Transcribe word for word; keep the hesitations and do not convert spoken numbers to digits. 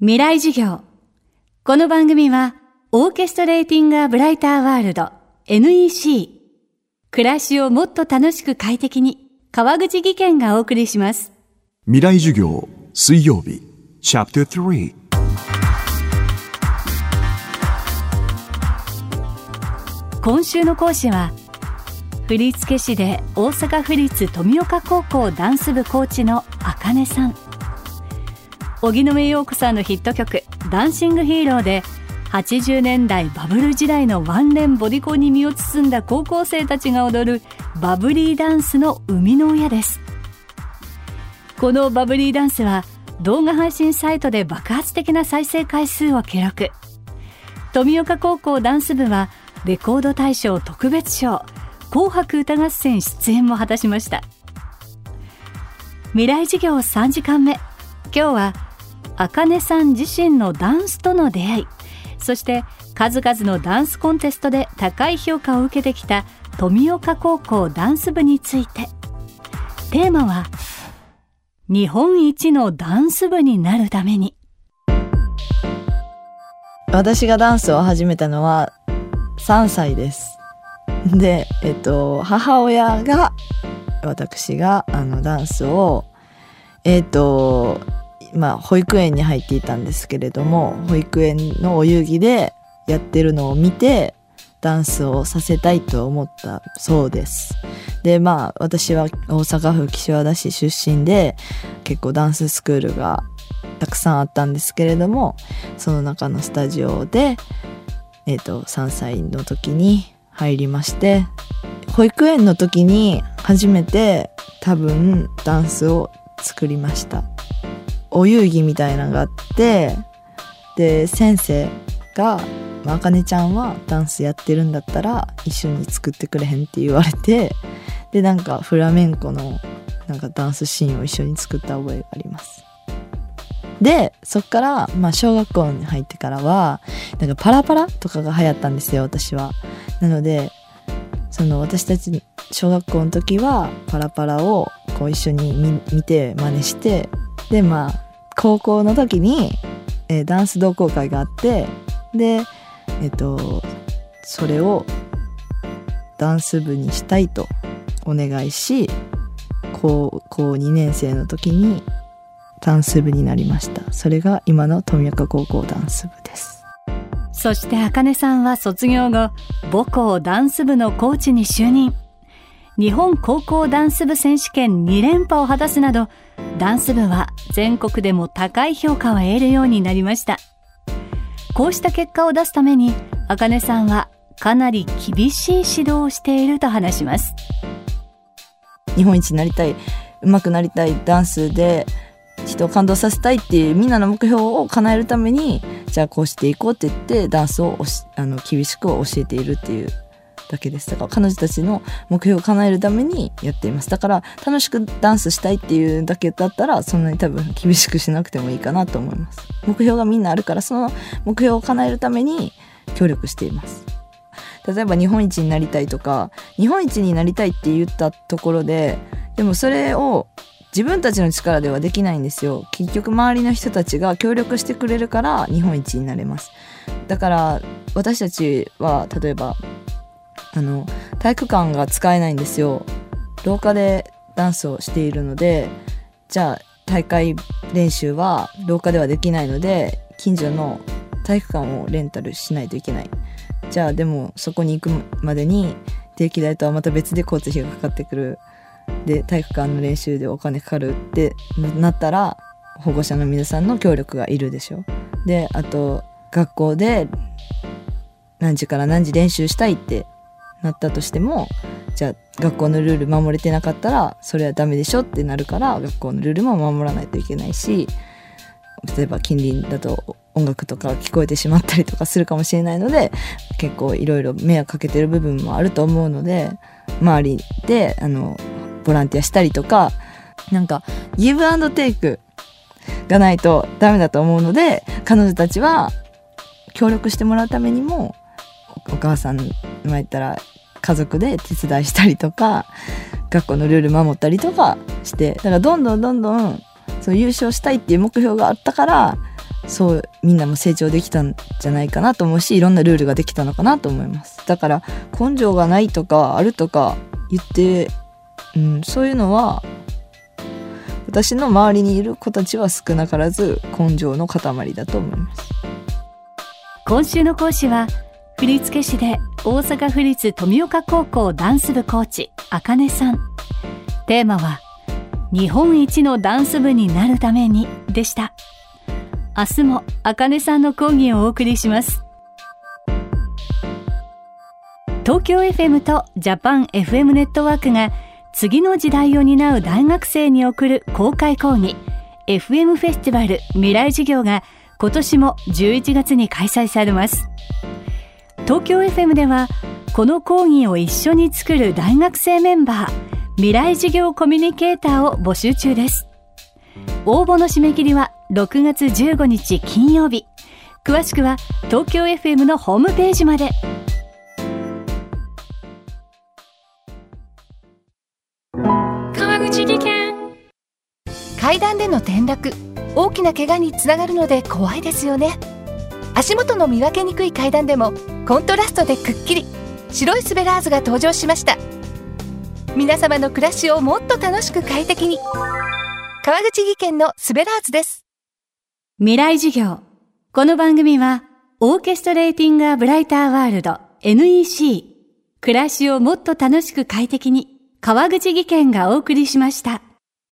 未来授業。この番組はオーケストレーティングアブライターワールド エヌイーシー 暮らしをもっと楽しく快適に川口義賢がお送りします。 未来授業水曜日チャプタースリー。 今週の講師は振付師で大阪府立富岡高校ダンス部コーチのあかねさん。荻野目洋子さんのヒット曲ダンシングヒーローではちじゅうねんだいバブル時代のワンレンボディコンに身を包んだ高校生たちが踊るバブリーダンスの生みの親です。このバブリーダンスは動画配信サイトで爆発的な再生回数を記録。富岡高校ダンス部はレコード大賞特別賞、紅白歌合戦出演も果たしました。未来授業さんじかんめ、今日はあかねさん自身のダンスとの出会い、そして数々のダンスコンテストで高い評価を受けてきた富岡高校ダンス部について。テーマは日本一のダンス部になるために。 私がダンスを始めたのはさんさいです。で、えっと母親が私があのダンスをえっとまあ保育園に入っていたんですけれども、保育園のお遊戯でやってるのを見てダンスをさせたいと思ったそうです。で、まあ私は大阪府岸和田市出身で結構ダンススクールがたくさんあったんですけれども、その中のスタジオでえっとさんさいの時に入りまして、保育園の時に初めて多分ダンスを作りました。お遊戯みたいなのがあって、で先生があかねちゃんはダンスやってるんだったら一緒に作ってくれへんって言われて、でなんかフラメンコのなんかダンスシーンを一緒に作った覚えがあります。でそっから、まあ、小学校に入ってからはなんかパラパラとかが流行ったんですよ、私は。なのでその私たち小学校の時はパラパラをこう一緒に 見, 見て真似して、でまあ高校の時に、えー、ダンス同好会があって、でえっとそれをダンス部にしたいとお願いし、高校にねん生の時にダンス部になりました。それが今の富岡高校ダンス部です。 そしてあかねさんは卒業後、母校ダンス部のコーチに就任。日本高校ダンス部選手権に連覇を果たすなど、ダンス部は全国でも高い評価を得るようになりました。こうした結果を出すために、あかねさんはかなり厳しい指導をしていると話します。 日本一になりたい、上手くなりたい、ダンスで人を感動させたいっていうみんなの目標を叶えるために、じゃあこうしていこうって言ってダンスをあの厳しく教えているっていうだけです。だから彼女たちの目標を叶えるためにやっています。だから楽しくダンスしたいっていうだけだったらそんなに多分厳しくしなくてもいいかなと思います。目標がみんなあるから、その目標を叶えるために協力しています。例えば日本一になりたいとか、日本一になりたいって言ったところで、でもそれを自分たちの力ではできないんですよ。結局周りの人たちが協力してくれるから日本一になれます。だから私たちは例えばあの体育館が使えないんですよ。廊下でダンスをしているので、じゃあ大会練習は廊下ではできないので近所の体育館をレンタルしないといけない。じゃあでもそこに行くまでに定期代とはまた別で交通費がかかってくる。で体育館の練習でお金かかるってなったら保護者の皆さんの協力がいるでしょ。であと学校で何時から何時練習したいってなったとしても、じゃあ学校のルール守れてなかったらそれはダメでしょってなるから、学校のルールも守らないといけないし、例えば近隣だと音楽とか聞こえてしまったりとかするかもしれないので、結構いろいろ迷惑かけてる部分もあると思うので、周りであのボランティアしたりとか、なんかギブアンドテイクがないとダメだと思うので、彼女たちは協力してもらうためにもお母さんが言ったら家族で手伝いしたりとか、学校のルール守ったりとかして、だからどんどんどんどんそう優勝したいっていう目標があったからそうみんなも成長できたんじゃないかなと思うし、いろんなルールができたのかなと思います。だから根性がないとかあるとか言って、うん、そういうのは私の周りにいる子たちは少なからず根性の塊だと思います。 今週の講師は振付師で大阪府立富岡高校ダンス部コーチあかねさん。テーマは日本一のダンス部になるためにでした。明日もあかねさんの講義をお送りします。東京 エフエム とジャパン エフエム ネットワークが次の時代を担う大学生に送る公開講義 エフエム フェスティバル未来授業が今年もじゅういちがつに開催されます。東京 エフエム ではこの講義を一緒に作る大学生メンバー未来授業コミュニケーターを募集中です。応募の締め切りはろくがつじゅうごにち金曜日。詳しくは東京 エフエム のホームページまで。 川口技研。階段での転落、大きな怪我につながるので怖いですよね。足元の見分けにくい階段でもコントラストでくっきり白いスベラーズが登場しました。皆様の暮らしをもっと楽しく快適に、川口技研のスベラーズです。 未来授業。この番組はオーケストレーティングアブライターワールド エヌイーシー 暮らしをもっと楽しく快適に川口技研がお送りしました。